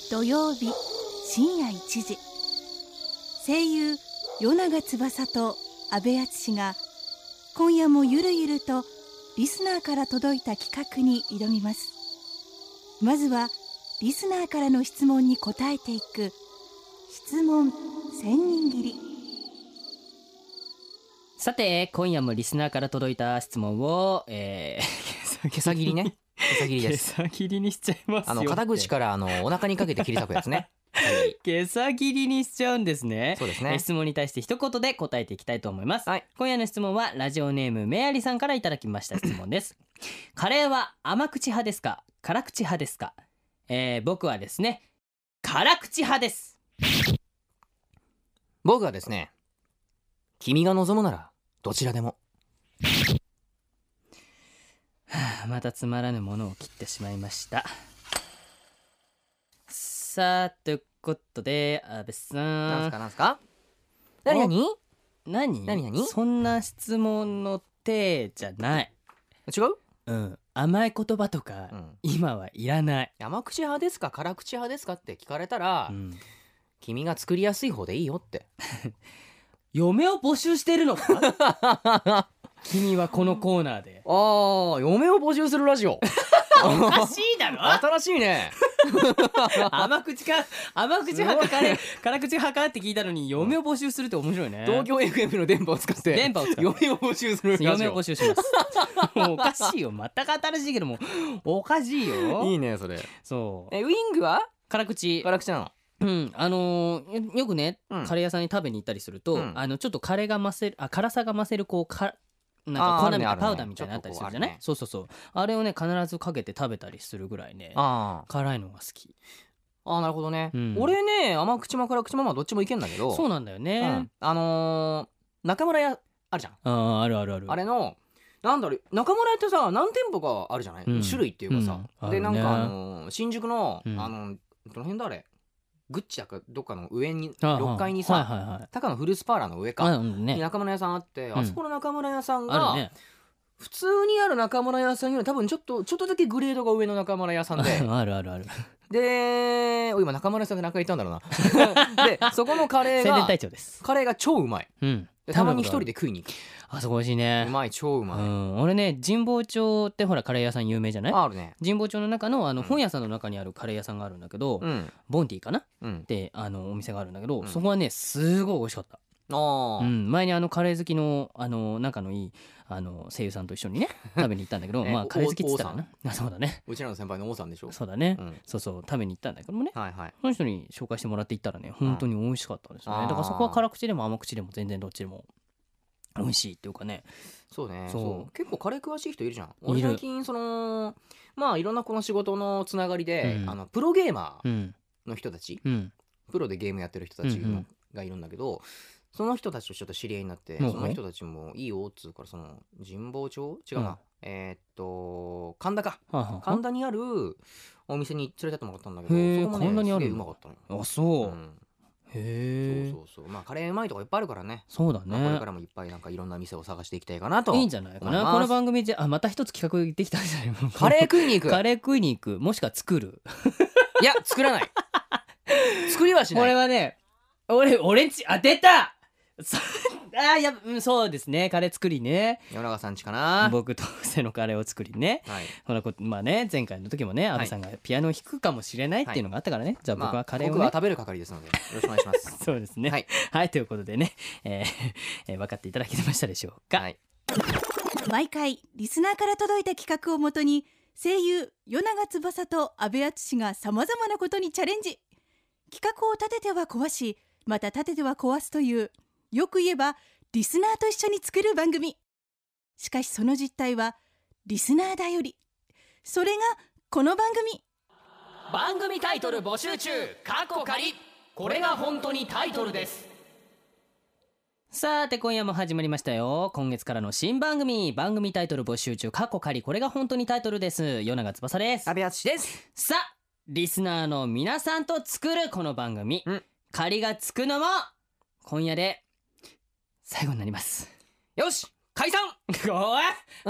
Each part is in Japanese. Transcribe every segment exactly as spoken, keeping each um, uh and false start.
土曜日深夜いちじ、声優与永翼と阿部淳が今夜もゆるゆるとリスナーから届いた企画に挑みます。まずはリスナーからの質問に答えていく質問千人切り。 さて今夜もリスナーから届いた質問を、えー、 毛さ切りね毛さ切りです。 毛さ切りにしちゃいますよ。 あの肩口からあのお腹にかけて切り裂くやつね毛さ切りにしちゃうんですね。 そうですね。 質問に対して一言で答えていきたいと思います、 はい、 今夜の質問はラジオネームメアリさんからいただきました質問ですカレーは甘口派ですか辛口派ですか？えー、僕はですね辛口派です。 僕はですね、君が望むならどちらでも。 はあ、またつまらぬものを切ってしまいました。さあということで阿部さん、 なんすかなんすか何何何何何そんな質問の手じゃない。 違う？ うん、甘い言葉とか、うん、今はいらない。 甘口派ですか辛口派ですかって聞かれたら、うん、君が作りやすい方でいいよって嫁を募集してるのか君はこのコーナーで。 ああ、嫁を募集するラジオおかしいだろ新しいね甘口か甘口派か辛口派かって聞いたのに嫁を募集するって面白いね。 東京 エフエム の電波を使って電波を使って嫁を募集するラジオ。 嫁を募集しますもうおかしいよ、全く新しいけどもおかしいよ。 いいねそれ。 そうえウィングは辛口辛口なの。 うん、あのー、よくね、うん、カレー屋さんに食べに行ったりすると、うん、あのちょっとカレーが増せるあ辛さが増せるこうかなんか粉みたいな、ね、パウダーみたいなのあったりするじゃない、ね、そうそうそう、あれをね必ずかけて食べたりするぐらいね辛いのが好き。 ああなるほどね、うん、俺ね甘口も辛口もまあどっちもいけんだけど。 そうなんだよね、うん、 あのー、中村屋あるじゃん。 ああるあるある。 あれのなんだろう中村屋ってさ何店舗かあるじゃない、うん、種類っていうかさ、うん、でなんかあのー、新宿の、うん、あのどの辺だあれグッチだかどっかの上にろっかいにさ、はいはいはい、高野フルーツパーラーの上か、うんね、に中村屋さんあって、うん、あそこの中村屋さんが、ね、普通にある中村屋さんより多分ちょっとちょっとだけグレードが上の中村屋さんであるあるあるで今中村屋さんで何回言ったんだろうなでそこのカレーが宣伝隊長です。 カレーが超うまい、うん、でたまに一人で食いに行く。 あそこ美味しいね。 うまい超うまい、うん、 俺ね神保町ってほらカレー屋さん有名じゃない？ あるね。 神保町の中のあの本屋さんの中にあるカレー屋さんがあるんだけど、うん、ボンティかな、うん、であのお店があるんだけど、うん、そこはねすごい美味しかった。あ、うん、前にあのカレー好きのあの仲のいいあの声優さんと一緒にね食べに行ったんだけどまあカレー好きって言ったらなあそうだねうちらの先輩の王さんでしょ。 そうだね、うん、そうそう食べに行ったんだけどもね、はいはい、その人に紹介してもらって行ったらね本当に美味しかったですよね。だからそこは辛口でも甘口でも全然どっちでも美味しいっていうかね。 そうね。そうそう結構カレー詳しい人いるじゃん。俺最近そのまあいろんなこの仕事のつながりで、うん、あのプロゲーマーの人たち、うん、プロでゲームやってる人たちの、うんうん、がいるんだけどその人たちとちょっと知り合いになって、うん、その人たちもいいよっつうからその神保町違うな、うん、えー、っと神田か、はあはあ、神田にあるお店に連れてってもらったんだけどそこもね神田にあるすげえうまかったの。 あそう、うんへえ。そうそうそうまあカレーうまいとかいっぱいあるからね。 そうだね、 まあ、これからもいっぱいなんかいろんな店を探していきたいかなと。 いいんじゃないかなこの番組で。あまた一つ企画できたんじゃないのカレー食いに行くカレー食いに行くもしくは作るいや作らない作りはしない。 これはね俺俺んちあ出たあいや、うん、そうですねカレー作りね夜永さんちかな。 僕と布施のカレーを作りね、はい、ほらこまあね前回の時もね阿部さんがピアノを弾くかもしれないっていうのがあったからね、はい、じゃあ僕はカレーを、ねまあ、僕は食べる係ですのでよろしくお願いしますそうですね、はい、はい、ということでね、えーえー、分かっていただけましたでしょうか、はい、 毎回リスナーから届いた企画をもとに声優与永翼と阿部淳がさまざまなことにチャレンジ。企画を立てては壊しまた立てては壊すというよく言えばリスナーと一緒に作る番組。しかしその実態はリスナーだより。それがこの番組。 番組タイトル募集中カッコ仮これが本当にタイトルです。さて今夜も始まりましたよ。今月からの新番組番組タイトル募集中カッコ仮これが本当にタイトルです。与永翼です。 阿部淳です。 さあリスナーの皆さんと作るこの番組、うん、仮がつくのも今夜で最後になります。 よし解散おい早いよ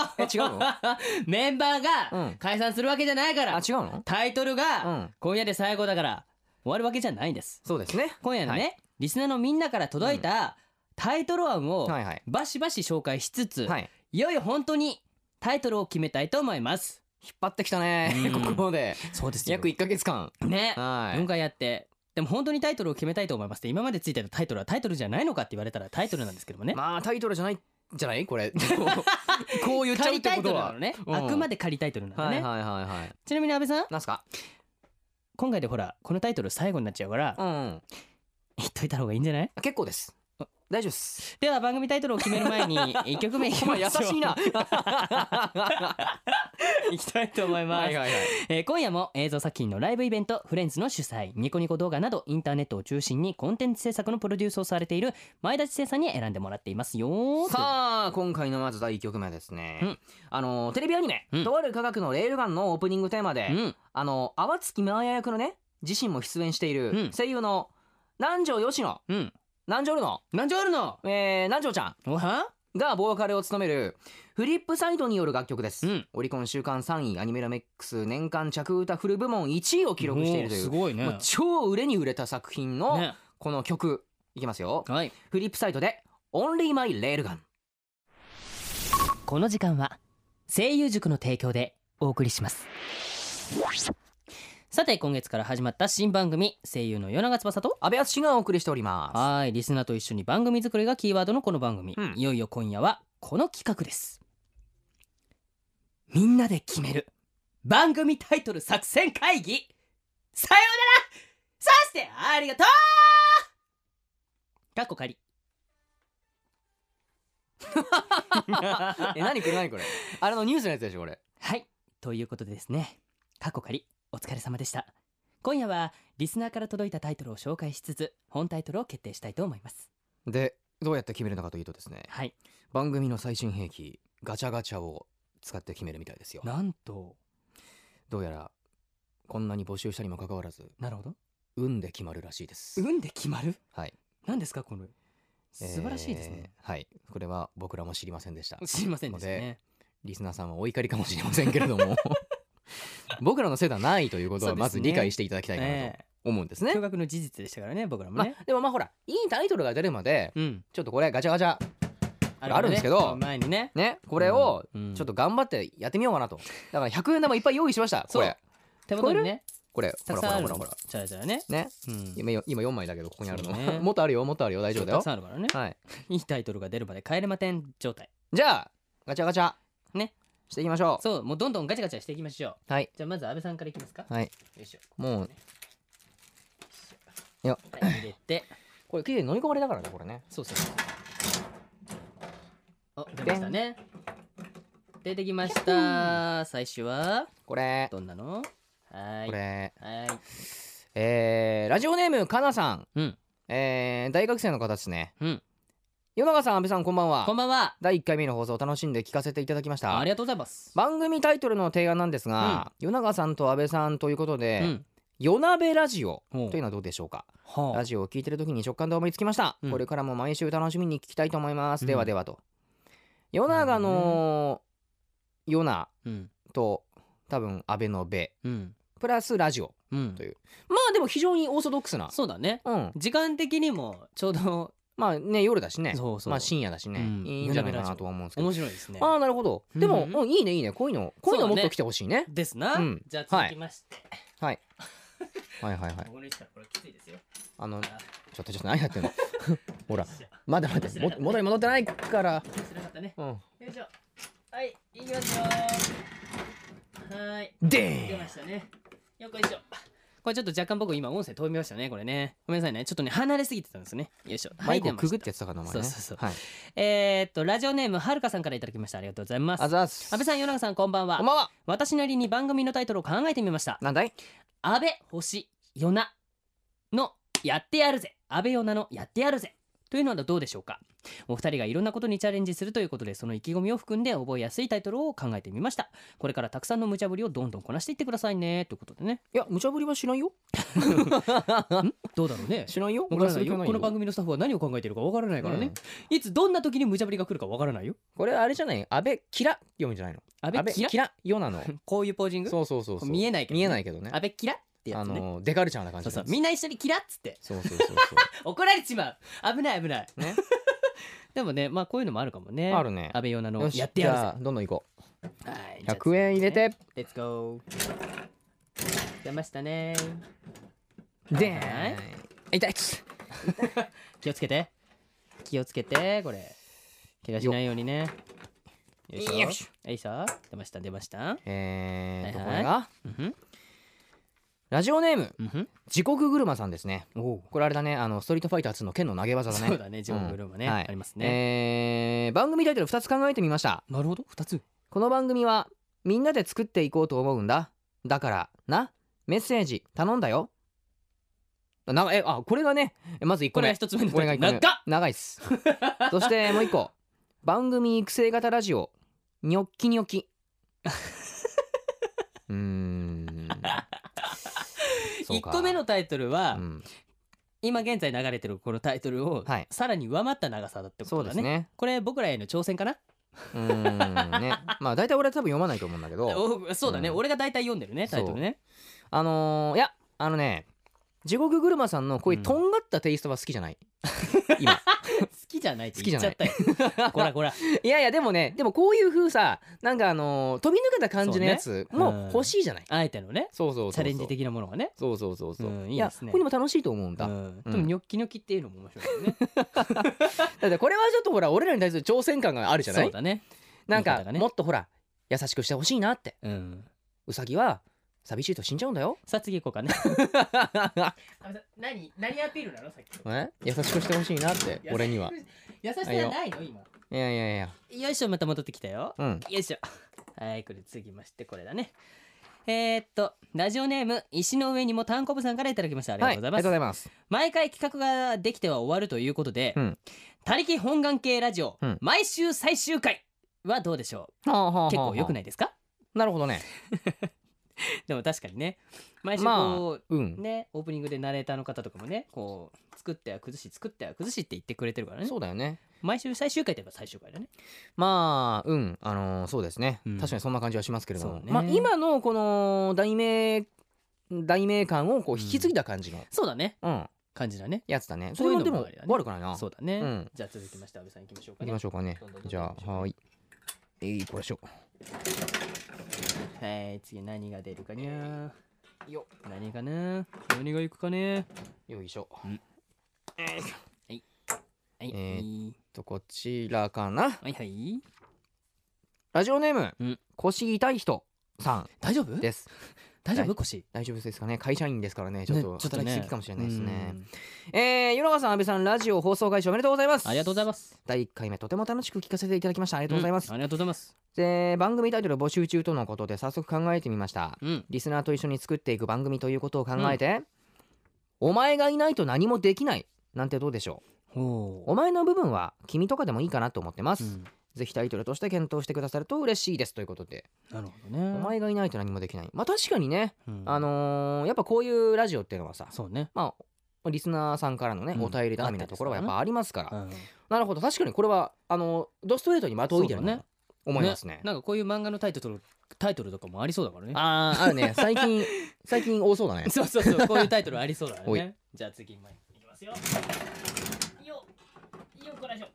え違うのメンバーが解散するわけじゃないから、 あ違うのタイトルが今夜で最後だから終わるわけじゃないんです。 そうですね。 今夜のね、はい、リスナーのみんなから届いたタイトル案をバシバシ紹介しつつ、はい、いよいよ本当にタイトルを決めたいと思います。 引っ張ってきたね、うん、ここまで。そうですよ、約いっかげつかんね、はい、よんかいやって、でも本当にタイトルを決めたいと思いますって、今までついてたタイトルはタイトルじゃないのかって言われたらタイトルなんですけどもね。 まあタイトルじゃないじゃないこれこう言っちゃうってことは、 ね、あくまで仮タイトルなんだね、はいはいはいはい、ちなみに安倍さんなんすか、 今回でほらこのタイトル最後になっちゃうから、うん、言っといた方がいいんじゃない？ 結構です、大丈夫です。 では番組タイトルを決める前にいっきょくめいきましょう。 優しいな。 いきたいと思います。はいはいはい、えー、今夜も映像作品のライブイベントフレンズの主催、ニコニコ動画などインターネットを中心にコンテンツ制作のプロデュースをされている前田知世さんに選んでもらっていますよ。 さあ今回のまずだいいっきょくめはですね、うん、あのテレビアニメ、うん、とある科学のレールガンのオープニングテーマで、うん、あの淡月真綾役のね自身も出演している、うん、声優の南條佳乃、うん、南條ルノ南條ルノ、 えー、南條ちゃんがボーカルを務めるフリップサイドによる楽曲です、うん、オリコン週間さんい、アニメラメックス年間着歌フル部門いちいを記録しているという、すごいね、超売れに売れた作品のこの曲、ね、いきますよ、はい、フリップサイドでオンリーマイレールガン。 この時間は声優塾の提供でお送りします。さて今月から始まった新番組、声優の与永翼と阿部淳がお送りしております。 はい、リスナーと一緒に番組作りがキーワードのこの番組、うん、いよいよ今夜はこの企画です。みんなで決める番組タイトル作戦会議。さようなら、そしてありがとうかっこ仮。 え、何これ何これ、あれのニュースのやつでしょこれ。 はい、ということでですね、かっこ仮お疲れ様でした。今夜はリスナーから届いたタイトルを紹介しつつ本タイトルを決定したいと思います。 でどうやって決めるのかというとですね、はい、番組の最新兵器ガチャガチャを使って決めるみたいですよ。 なんとどうやらこんなに募集したにもかかわらず、 なるほど、 運で決まるらしいです。 運で決まる、 はい、 何ですかこの素晴らしいですね、 えー、はい、これは僕らも知りませんでした。 知りませんでしたね。 リスナーさんはお怒りかもしれませんけれども僕らのせいではないということはまず理解していただきたいかなと思うんですね。 驚愕の事実でしたからね僕らもね、 まあ、でもまあほらいいタイトルが出るまで、うん、ちょっとこれガチャガチャあるんですけど、 前にねねこれをちょっと頑張ってやってみようかなと。だからひゃくえん玉いっぱい用意しました。これ手元にね、 これほらほらほらほらチャラチャラねね、うん、今今よんまいだけどここにあるの、ね、もっとあるよもっとあるよ、大丈夫だよ、 たくさんあるからね、はい、いいタイトルが出るまで帰れまてん状態。 じゃあガチャガチャねしていきましょう。 そう、もうどんどんガチャガチャしていきましょう。はい、 じゃあまず安倍さんからいきますか。 はい、よいしょ。 もうよっ、 はい、入れてこれきれいに飲み込まれだからねこれね。 そうそうそう。あ、出ましたね。出てきました。最初はこれどんなの？はい、 これはい、 えー、ラジオネームかなさん、うん、えー、大学生の方ですね。うん、与永さん、安倍さん、こんばんは。 こんばんは。 だいいっかいめの放送を楽しんで聞かせていただきました。 ありがとうございます。 番組タイトルの提案なんですが、うん、与永さんと安倍さんということで、うん、夜鍋ラジオというのはどうでしょうか。はあ、ラジオを聞いてる時に直感で思いつきました、うん、これからも毎週楽しみに聞きたいと思います、うん、ではではと。夜長の夜なと、多分安倍のべ、うん、プラスラジオという、うん、まあでも非常にオーソドックスな。 そうだね、うん、時間的にもちょうどまあね、夜だしね、 そうそう、 まあ深夜だしね、うん、いいんじゃないかなとは思うんですけど。 面白いですね。 ああ、なるほど。でも、うん、いいねいいね、こういうのこういうのもっと来てほしいね。 ですな、うん、じゃあ続きまして、 はい、はいはいはいはい。 これきついですよ。 あのちょっとちょっと何やってんのほらまだまだ元に戻ってないから。 ね、うん、よいしょ。はい、いきますよ。はい、 で出ましたね。よっこいしょ。これちょっと若干僕今音声飛びましたねこれね。ごめんなさいね、ちょっとね離れすぎてたんですね。よいしょ。 マイクをくぐってやってたかなお前ね。 そうそうそう、はい、えー、っとラジオネームはるかさんからいただきました。ありがとうございます。 あざす。 安倍さん、与永さん、こんばんは。 こんばんは。 私なりに番組のタイトルを考えてみました。 なんだい。 安倍星与那のやってやるぜ、安倍与那のやってやるぜというのはどうでしょうか。お二人がいろんなことにチャレンジするということで、その意気込みを含んで覚えやすいタイトルを考えてみました。これからたくさんの無茶ぶりをどんどんこなしていってくださいねということでね。 いや無茶ぶりはしないよどうだろうね。 しないよ。 わからないよ。この番組のスタッフは何を考えているかわからないからね、うん、いつどんな時に無茶ぶりが来るかわからないよ。 これあれじゃない、安倍キラ読むんじゃないの。 安倍キラキラよなのこういうポージング。 そうそうそうそう、 見えないけど、ね、 見えないけどね。 安倍キラってやつね、 あのデカルチャーな感じ。 そうそう、みんな一緒にキラッつって。 そうそうそうそう怒られちまう。危ない危ないねでもね、まあこういうのもあるかもね。 あるね。 安倍ヨナのやってやるぜ。 じゃあどんどん行こう。はい、 ひゃくえん入れて、 レッツゴー。出ましたね。 でーん。痛いっす気をつけて気をつけて、これ怪我しないようにね。よいしょよいしょ。いさ出ました出ました。 えーと、 はいはい、 これが、 うん、 ラジオネーム、 うん、 地獄車さんですね。 おこれあれだね、あのストリートファイターツーの剣の投げ技だね。 そうだね、地獄車ね、うん、はい、ありますね。 えー、番組タイトルふたつ考えてみました。 なるほど、ふたつ。 この番組はみんなで作っていこうと思うんだ。だからな、メッセージ頼んだよ。なえあこれがね、まずいっこめ。 これがひとつめのこれがいっこめ。長っ長いっすそしてもういっこ、番組育成型ラジオニョッキニョキうーんいっこめのタイトルは、 うん、 今現在流れてるこのタイトルを、はい、さらに上回った長さだってことだね。そうですね。これ僕らへの挑戦かな。 うーんね、まあ大体俺は多分読まないと思うんだけどそうだね、うん、俺が大体読んでるね、タイトルね。 あのー、いやあのね、地獄車さんのこういうとんがったテイストは好きじゃない、うん、今好きじゃないって言っちゃったよこらこらいやいやでもね、でもこういう風さ、なんかあのー、飛び抜けた感じのやつも欲しいじゃない、 ね、うん、あえてのね、 そうそうそうそう、 チャレンジ的なものがね、 そうそうそうそう、うん、いいですね。 これも楽しいと思うんだ、 うんうん、でもニョッキニョキっていうのも面白いよねだってこれはちょっとほら俺らに対する挑戦感があるじゃない。 そうだね、 なんかもっとほら優しくしてほしいなって、うん、うさぎは寂しいと死んじゃうんだよ。 さあ次行こうかね何何アピールなのさっき。 え優しくしてほしいなって俺には。 優しさないの今。 いやいやいや。 よいしょ、また戻ってきたよ、うん、よいしょ。はい、これ次ましてこれだね。えー、っとラジオネーム石の上にもたんこぶさんからいただきました。ありがとうございます、はい、ありがとうございます。毎回企画ができては終わるということで、うん、他力本願系ラジオ、うん、毎週最終回はどうでしょう、はあはあはあ、結構良くないですか。 なるほどねでも確かにね、毎週こう、まあうん、ね、オープニングでナレーターの方とかもね、こう作っては崩し作っては崩しって言ってくれてるからね。 そうだよね。 毎週最終回といえば最終回だね。 まあうんあのー、そうですね、うん、確かにそんな感じはしますけれども、ね、まあ今のこの題名題名感をこう引き継いだ感じの、うん、 そうだね、うん、感じだね、 やつだね。それもでも悪くないな。 そうだね、うん、じゃあ続きまして安部さんいきましょうかね。 いきましょうかね。じゃあはい、えー、これしよう。 はい、次何が出るかにゃーよ。何かな、何がいくかね。 よいしょ、うん、 はいはいえー、っとこちらかな。 はいはい。 ラジオネーム、うん、腰痛い人さん。 大丈夫です。 大丈夫腰。 大丈夫ですかね。会社員ですからね、ちょっと働きすぎかもしれないですね。えー、与永さん、安部さん、ラジオ放送開始おめでとうございます。 ありがとうございます。 だいいっかいめとても楽しく聞かせていただきました。ありがとうございます、 うん、ありがとうございます。 で番組タイトル募集中とのことで早速考えてみました、うん、リスナーと一緒に作っていく番組ということを考えて、うん、お前がいないと何もできないなんてどうでしょう。お前の部分は君とかでもいいかなと思ってます、うん、ぜひタイトルとして検討してくださると嬉しいですということで。 なるほどね。 お前がいないと何もできない。まあ確かにね、うん、あのー、やっぱこういうラジオっていうのはさ、 そうね、 まあリスナーさんからのね、うん、お便り頼みなところはやっぱありますから、うん、なるほど、確かにこれはあのドストレートに的を射てるなと思います ね, ね。 なんかこういう漫画のタイトルタイトルとかもありそうだからね。 あああるね、最近最近多そうだねそうそうそう、こういうタイトルありそうだねじゃあ次前いきますよ。よよこらしょ。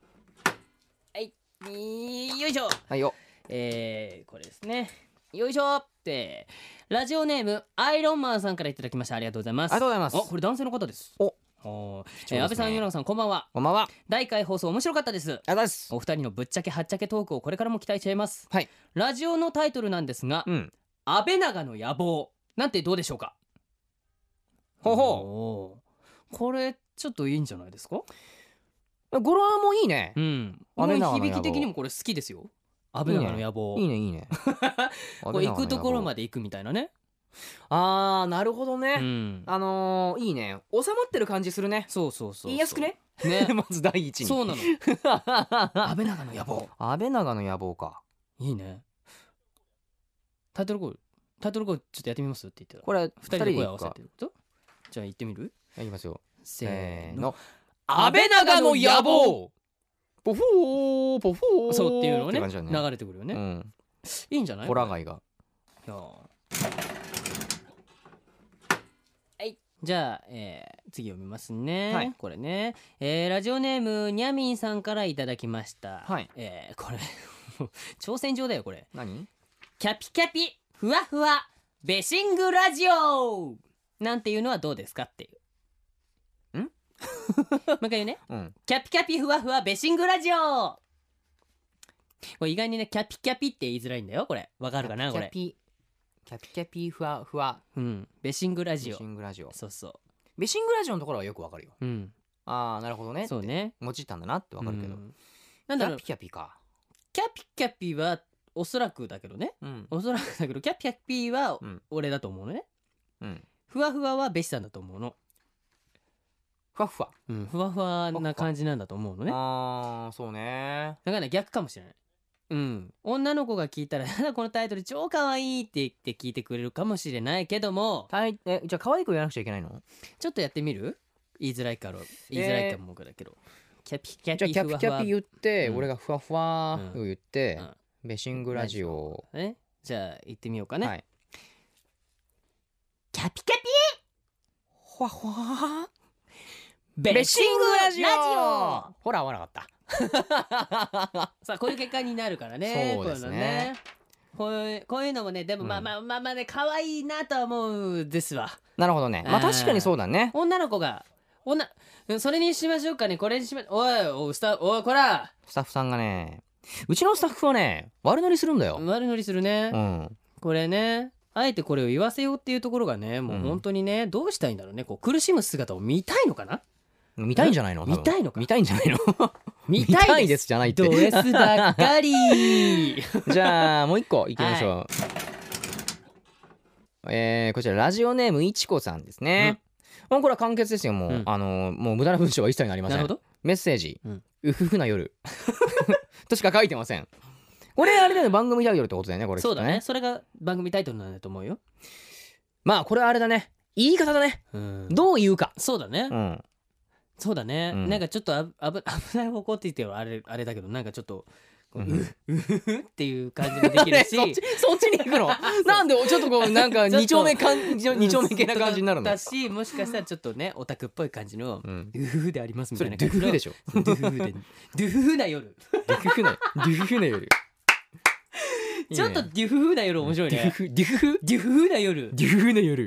はいよいしょ。 はいよ。 えー、これですね。よいしょって、ラジオネームアイロンマンさんからいただきました。ありがとうございます。 ありがとうございます。 お、これ男性の方です。 おお、えー、安部さん、与永さん、こんばんは。 こんばんは。 だいいっかい放送面白かったです。ありがとうございます。お二人のぶっちゃけはっちゃけトークをこれからも期待しちゃいます。 はい。 ラジオのタイトルなんですが、うん、安倍長の野望なんてどうでしょうか。 ほうほう、これちょっといいんじゃないですか。 語呂もいいね。 うん。響き的にもこれ好きですよ。安倍長の野望。 いいねいいね。 こう行くところまで行くみたいなね。 あー、なるほどね、うん、あのー、いいね、収まってる感じするね。 そうそうそうそう、 言いやすくね。 ねまず第一にそうなの安倍長の野望。 安倍長の野望か。 いいね。タイトルコールタイトルコールちょっとやってみますって言ってた。 これふたりで声合わせてること。じゃあ言ってみる。 やりますよ。 せーの。 安倍長の野望。 ポフォーポフォーそうっていうのをねね流れてくるよね、うん、いいんじゃない。 ホラ貝が。 いやはい、じゃあ、えー、次読みますね、はい、これね、えー、ラジオネームにゃみんさんからいただきました、はい、えー、これ挑戦状だよこれ。 何？ キャピキャピふわふわベシングラジオなんていうのはどうですかっていう。もう一回言うね、うん、キャピキャピふわふわベシングラジオ。これ意外にねキャピキャピって言いづらいんだよこれ。わかるかなこれ。 キャピキャピキャピふわふわ、 うん、ベシングラジオ。 ベシングラジオ。 そうそう。 ベシングラジオのところはよくわかるよ、うん、ああなるほどね。 そうね。 もじったんだなってわかるけど、うん、 なんだろう。 キャピキャピか。 キャピキャピはおそらくだけどね、うん、おそらくだけどキャピキャピは俺だと思うのね、うん、ふわふわはベシさんだと思うの。 ふわふわ、 うん、ふわふわな感じなんだと思うのね。 あーそうね。 だからね逆かもしれない。うん、女の子が聞いたらこのタイトル超可愛いって言って聞いてくれるかもしれないけども、 えじゃあ可愛く言わなくちゃいけないの？ ちょっとやってみる？言いづらいから言いづらいかもだけど、えー、キャピキャピじゃあキャピキャピ言って、うん、俺がふわふわを言って、うんうん、ベシングラジオ、 えじゃあ言ってみようかね、はい、キャピキャピふわふわベシングラジオ。 ほら合わなかったさあこういう結果になるからね。 そうですね。 こういう、こういうのもねでもまあまあまあまあね可愛いなとは思うですわ。 なるほどね。まあ確かにそうだね。 女の子が女それにしましょうかね。これにしまおいおいスタおいこらスタッフさんがね、うちのスタッフはね悪乗りするんだよ。 悪乗りするね、うん、これねあえてこれを言わせようっていうところがねもう本当にね、うん、どうしたいんだろうね。こう苦しむ姿を見たいのかな。 見たいんじゃないの？ 見たいのか。 見たいんじゃないの？ 見たいですじゃないって。 ド S ばっかりじゃあもう一個いきましょう、はい、えー、こちらラジオネームいちこさんですね、うん、これは簡潔ですよもう、うん、あのもう無駄な文章は一切ありません。 なるほど。 メッセージ、うん、うふふな夜としか書いてません。これあれだよね番組タイトルってことだよねこれ、ね、 そうだね。それが番組タイトルなんだと思うよ。 まあこれはあれだね言い方だね、うん、どう言うか。 そうだね、うんそうだね、うん、なんかちょっとあぶ危ない方向って言ってはあれあれだけどなんかちょっとううふふっていう感じもできるしそっちそっちに行くのなんでちょっとこうなんか二丁目かん二丁目系な感じになるのだし、もしかしたらちょっとねオタクっぽい感じの、うん、うふふでありますみたいな感じのドゥフフでしょ。 ドゥフフでドゥフフな夜ドゥフフなドゥフフな夜ちょっとデュフフな夜面白いね。 デュフデュフデュフフな夜デュフフな夜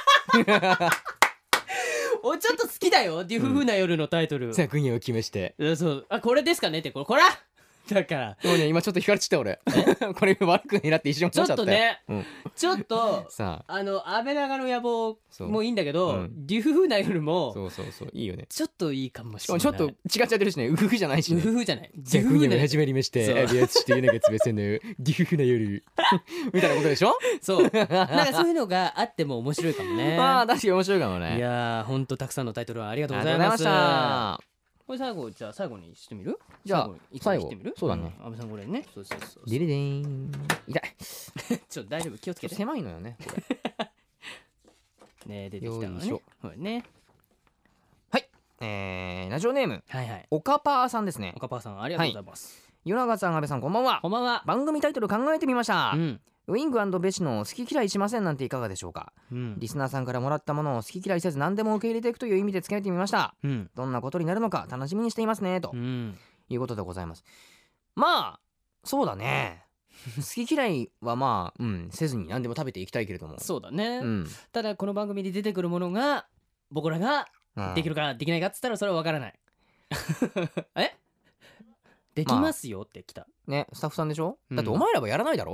おちょっと好きだよデュフフな夜のタイトル、うん、 作品を決めして、 そうあこれですかねってこれこらだからもうね今ちょっと引かれちゃった俺これ悪く狙って一瞬思っちゃったよ。 ちょっとね、うん、ちょっとさああの安倍長の野望もいいんだけど、うん、デュフフな夜もそうそうそういいよね。 ちょっといいかもしれない。 ちょっと違っちゃってるしね。ウフフじゃないしね。 ウフフじゃないじゃあ今夜も始まりましてアビアツして夜長つべせんのデュフフな夜みたいなことでしょ。 そうなんかそういうのがあっても面白いかもね。 まあ確かに面白いかもね。 いやーほんとたくさんのタイトルありがとうございました。これ最後じゃあ最後にしてみる。 じゃあ最後そうだね。安倍さんこれね。そうそうそう。 ディリデーン。痛い。 ちょっと大丈夫気をつけて。 狭いのよね。これね出てきたのね。これね。 はい。えーラジオネームはいはい。 おかぱーさんですね。 おかぱーさんありがとうございます。 与永さん安倍さんこんばんは。 こんばんは。 番組タイトル考えてみました。うん。ウィング&ベシの好き嫌いしませんなんていかがでしょうか、うん、リスナーさんからもらったものを好き嫌いせず何でも受け入れていくという意味でつけてみました、うん、どんなことになるのか楽しみにしていますねと、うん、いうことでございます。まあそうだね好き嫌いはまあ、うん、せずに何でも食べていきたいけれどもそうだね、うん、ただこの番組で出てくるものが僕らができるかできないかっつったらそれは分からないえできますよって来た、 まあ、ねスタッフさんでしょ、うん、だってお前らはやらないだろ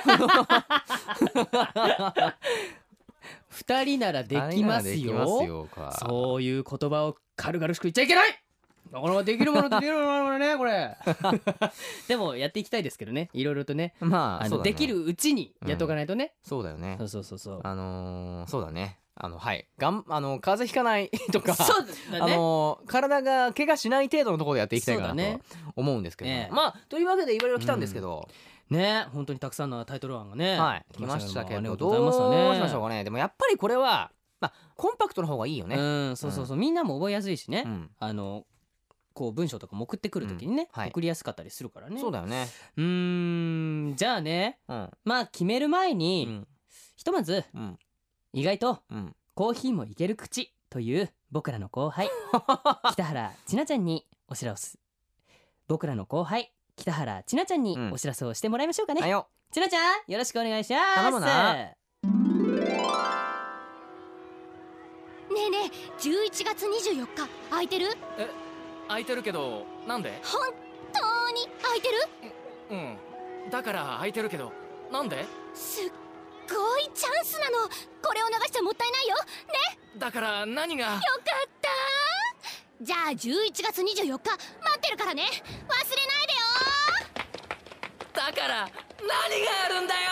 二人ならできますよそういう言葉を軽々しく言っちゃいけないだからできるものできるものねこれでもやっていきたいですけどねいろいろとねまああの、ね、できるうちにやっとかないとね、 うん、そうだよねそうそうそうそうあのー、そうだねあのはいがんあの風邪ひかないとかそうだね、 あの体が怪我しない程度のところでやっていきたいかなと思うんですけど、ね、まあというわけでいろいろ来たんですけど、 うん、ね本当にたくさんのタイトル案がね、 はい、来ましたけど、どうしましょうかね。でもやっぱりこれは、まあ、コンパクトの方がいいよね。 うん、そうそうそう、うん、みんなも覚えやすいしね、うん、あのこう文章とかも送ってくるときにね、うんはい、送りやすかったりするからね。 そうだよね。 うーんじゃあね、うん、まあ決める前に、うん、ひとまず、うん、意外と、うん、コーヒーもいける口という僕らの後輩北原千奈ちゃんにお知らせ僕らの後輩北原千奈ちゃんにお知らせをしてもらいましょうかね、うん、千奈ちゃんよろしくお願いします。 頼むな。 ねえねえじゅういちがつにじゅうよっか空いてる？ え空いてるけどなんで？ 本当に空いてる？ ううんだから空いてるけどなんで？ すっごいチャンスなの。これを流しちゃもったいないよね。 だから何が？よかったじゃあじゅういちがつにじゅうよっか待ってるからね。忘れないでよ。 だから何があるんだよ。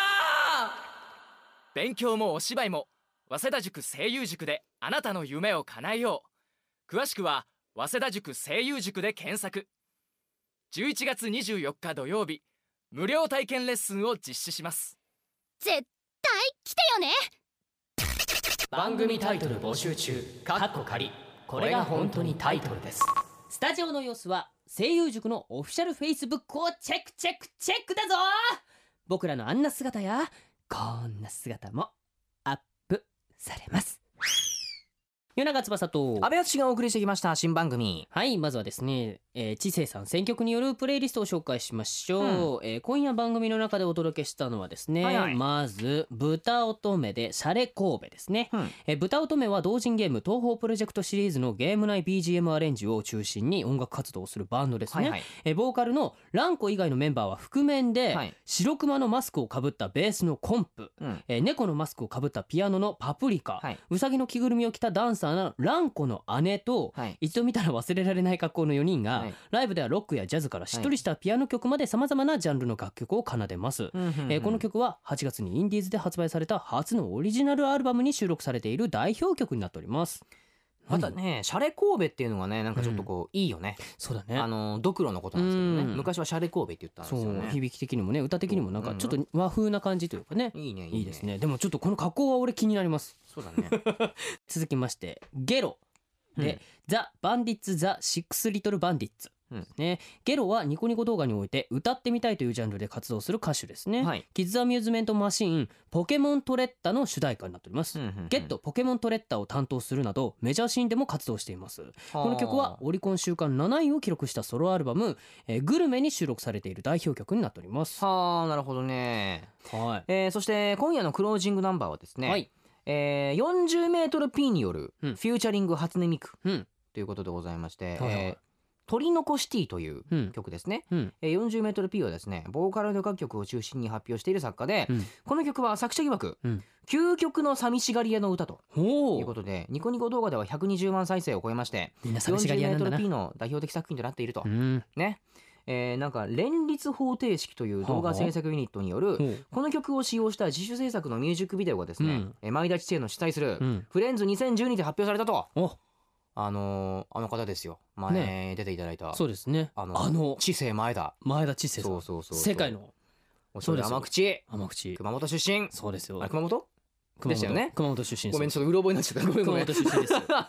勉強もお芝居も早稲田塾声優塾であなたの夢を叶えよう。詳しくは早稲田塾声優塾で検索。じゅういちがつにじゅうよっか土曜日無料体験レッスンを実施します。 絶対来てよね。 番組タイトル募集中かっこ仮。これが本当にタイトルです。スタジオの様子は声優塾のオフィシャルフェイスブックをチェックチェックチェックだぞ。僕らのあんな姿やこんな姿もアップされます。夜長翼と阿部淳がお送りしてきました新番組。 はい、まずはですね、えー、知性さん選曲によるプレイリストを紹介しましょう、うんえー、今夜番組の中でお届けしたのはですね、はいはい、まず豚乙女でシャレ神戸ですね、うんえー、豚乙女は同人ゲーム東宝プロジェクトシリーズのゲーム内 ビージーエム アレンジを中心に音楽活動をするバンドですね、はいはいえー、ボーカルのランコ以外のメンバーは覆面で、はい、白熊のマスクをかぶったベースのコンプ、うんえー、猫のマスクをかぶったピアノのパプリカ、はい、ウサギの着ぐるみを着たダンサーのランコの姉と、はい、一度見たら忘れられない格好のよにんが、はい、ライブではロックやジャズからしっとりしたピアノ曲までさまざまなジャンルの楽曲を奏でます、うんうんうんえー、この曲ははちがつにインディーズで発売された初のオリジナルアルバムに収録されている代表曲になっております。 またねシャレ神戸っていうのがねなんかちょっとこう、うん、いいよね。 そうだね。 あのドクロのことなんですけどね、うん、昔はシャレ神戸って言ったんですよね。 そう響き的にもね歌的にもなんかちょっと和風な感じというかね、 いいねいいねいいですね。でもちょっとこの格好は俺気になります。 そうだね続きましてゲロで、うん、ザ・バンディッツ・ザ・シックス・リトル・バンディッツですね、うん、ゲロはニコニコ動画において歌ってみたいというジャンルで活動する歌手ですね、はい、キッズアミューズメントマシーンポケモントレッタの主題歌になっております、うんうんうん、ゲットポケモントレッタを担当するなどメジャーシーンでも活動しています。この曲はオリコン週間なないを記録したソロアルバム、えー、グルメに収録されている代表曲になっております。 はあなるほどね、はいえー、そして今夜のクロージングナンバーはですね、はいえー、よんじゅうメートル P によるフューチャリング初音ミク、うんということでございまして、はいはいえー、鳥の子シティという曲ですね、うんえー、よんじゅうメートル P はですねボーカロイド楽曲を中心に発表している作家で、うん、この曲は作者曰く、うん、究極の寂しがり屋の歌ということでニコニコ動画ではひゃくにじゅうまん再生を超えましてみんな寂しがり屋なんだな。 よんじゅうメートル P の代表的作品となっていると、うん、ねえー、なんか連立方程式という動画制作ユニットによるこの曲を使用した自主制作のミュージックビデオがですね、うん、前田知世の主催するフレンズにせんじゅうにで発表されたと、うんあのー、あの方ですよ前、ね、出ていただいたそうですねあのあの知世前田前田知世さんそうそうそう世界のおしょう甘口甘口熊本出身そうですよあ熊本でしたよね。 熊本出身ごめんちょっとうろ覚えになっちゃったごめんごめん熊本出身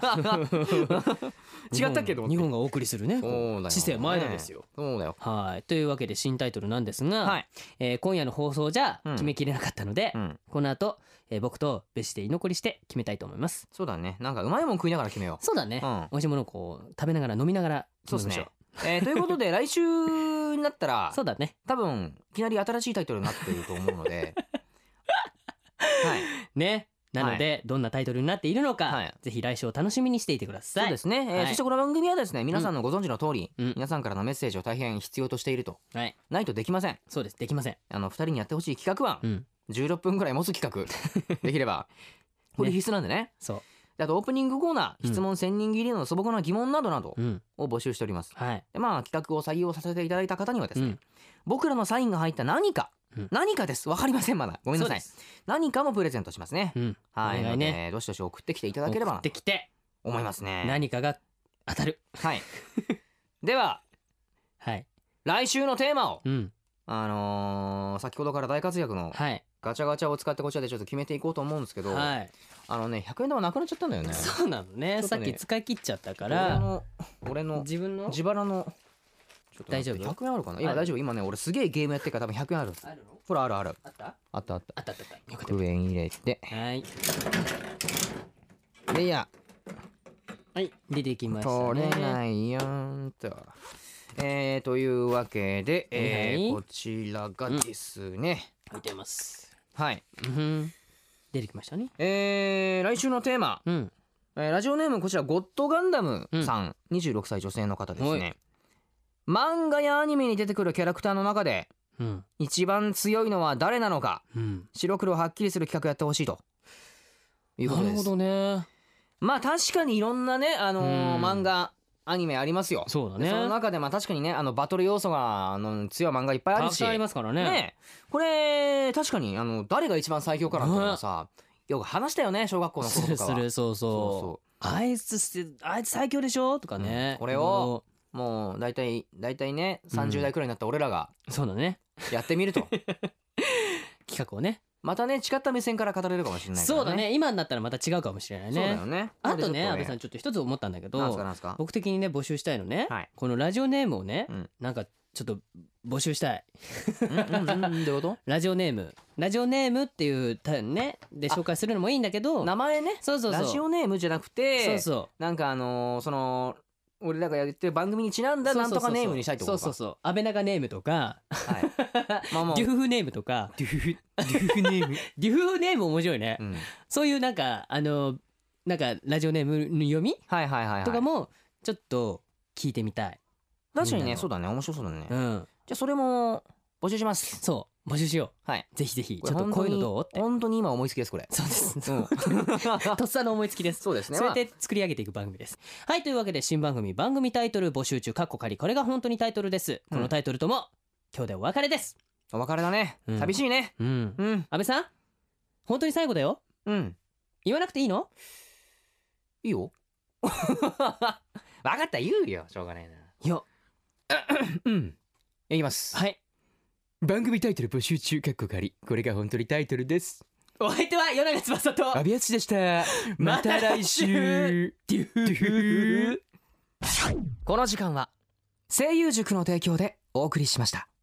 です違ったけど日本がお送りするね知世前田ですよ。 そうだよはいというわけで新タイトルなんですが、はいえー、今夜の放送じゃ決めきれなかったので、うん、この後えー、僕と別紙で居残りして決めたいと思います。 そうだねなんかうまいもん食いながら決めよう。そうだね、うん、美味しいものをこう食べながら飲みながら決めましょう。 そうですね、えー、ということで来週になったらそうだね多分いきなり新しいタイトルになっていると思うのではいねなので、はい、どんなタイトルになっているのか、はい、ぜひ来週を楽しみにしていてください。 そうですね、えーはい、そしてこの番組はですね皆さんのご存知の通り、うん、皆さんからのメッセージを大変必要としていると、はい、ないとできません。 そうですできません。 あのふたりにやってほしい企画案、うん、じゅうろっぷんぐらい持つ企画できればこれ必須なんで ね, ねそうであとオープニングコーナー質問せんにん切りの素朴な疑問などなどを募集しております、うんはい、でまあ企画を採用させていただいた方にはですね、うん、僕らのサインが入った何かうん、何かです。わかりませんまだ。ごめんなさい。何かもプレゼントしますね。うん、はい、お願いね。どしどし送ってきていただければな送ってきて思いますね。 何かが当たる。 はいでは、 はい、来週のテーマを、うん、あのー、先ほどから大活躍のガチャガチャを使ってこちらでちょっと決めていこうと思うんですけど、はい、あのねひゃくえん玉なくなっちゃったんだよね。 そうなの ね, ねさっき使い切っちゃったから俺の俺の自分の自腹の大丈夫？ ひゃくえんあるかな。今大丈夫。今ね俺すげえゲームやってるから多分ひゃくえんある。 あるの？ ほらあるある。 あった？ あったあった。 あったあった。 ひゃくえん入れて。 はい。 でいや。 はい出てきましたね。 取れないよーんと。えー、というわけで、えーはい、こちらがですね。 見てます。 はい。 うん。出てきましたね。 えー、来週のテーマ。うん。えー、ラジオネームこちらゴッドガンダムさん、うん、にじゅうろくさい女性の方ですね。漫画やアニメに出てくるキャラクターの中で、うん、一番強いのは誰なのか、うん、白黒はっきりする企画やってほしいということです。 なるほどね。 まあ確かにいろんなね、あのー、漫画アニメありますよ。 そうだね。 その中でまあ確かにね、あのバトル要素があの強い漫画いっぱいあるし、たくさんありますからね。 ね、これ確かにあの誰が一番最強かなんていうのはさ、よく話したよね、小学校の頃とかは。 するそうそう。そうそうあいつあいつ最強でしょとかね、 うん、これをもう大体大体ねさんじゅう代くらいになった俺らが、 うん、そうだねやってみると企画をねまたね違った目線から語れるかもしれないからね。 そうだね。今になったらまた違うかもしれないね。 そうだよね。 あとね安倍さんちょっと一つ思ったんだけど、 なんすかなんすか僕的にね募集したいのね、はい、このラジオネームをね、うん、なんかちょっと募集したいうんうんうんどういうこと？ ラジオネームラジオネームっていうねで紹介するのもいいんだけど、 名前ね。 そうそうそう、 ラジオネームじゃなくて、 そうそうなんかあのー、その俺らがやってる番組にちなんだなんとかネームにしたいってことか。 そうそうそう安倍長ネームとか、 はい、まあまあデュフフネームとかデュフデュフネームデュフネーム面白いね、うん、そういうなんかあのなんかラジオネームの読み、 はいはいはいはい、 とかもちょっと聞いてみたい。 確かにねそうだね面白そうだね、 うん、 じゃあそれも募集します。 そう募集しよう。 はいぜひぜひちょっとこういうのどうって本当に今思いつきですこれ。 そうです、うん、とっさの思いつきです。 そうですね。 そうやって作り上げていく番組です。はいというわけで新番組番組タイトル募集中かっこ仮これが本当にタイトルです。このタイトルとも今日でお別れです。 お別れだね、うん、寂しいね。 うんうん安倍さん本当に最後だよ。 うん言わなくていいの？ いいよ分かった言うよしょうがないな。 ようんいきます。 はい番組タイトル募集中かっこ仮これが本当にタイトルです。 お相手は与永翼と阿部淳でした。また来週この時間は声優塾の提供でお送りしました。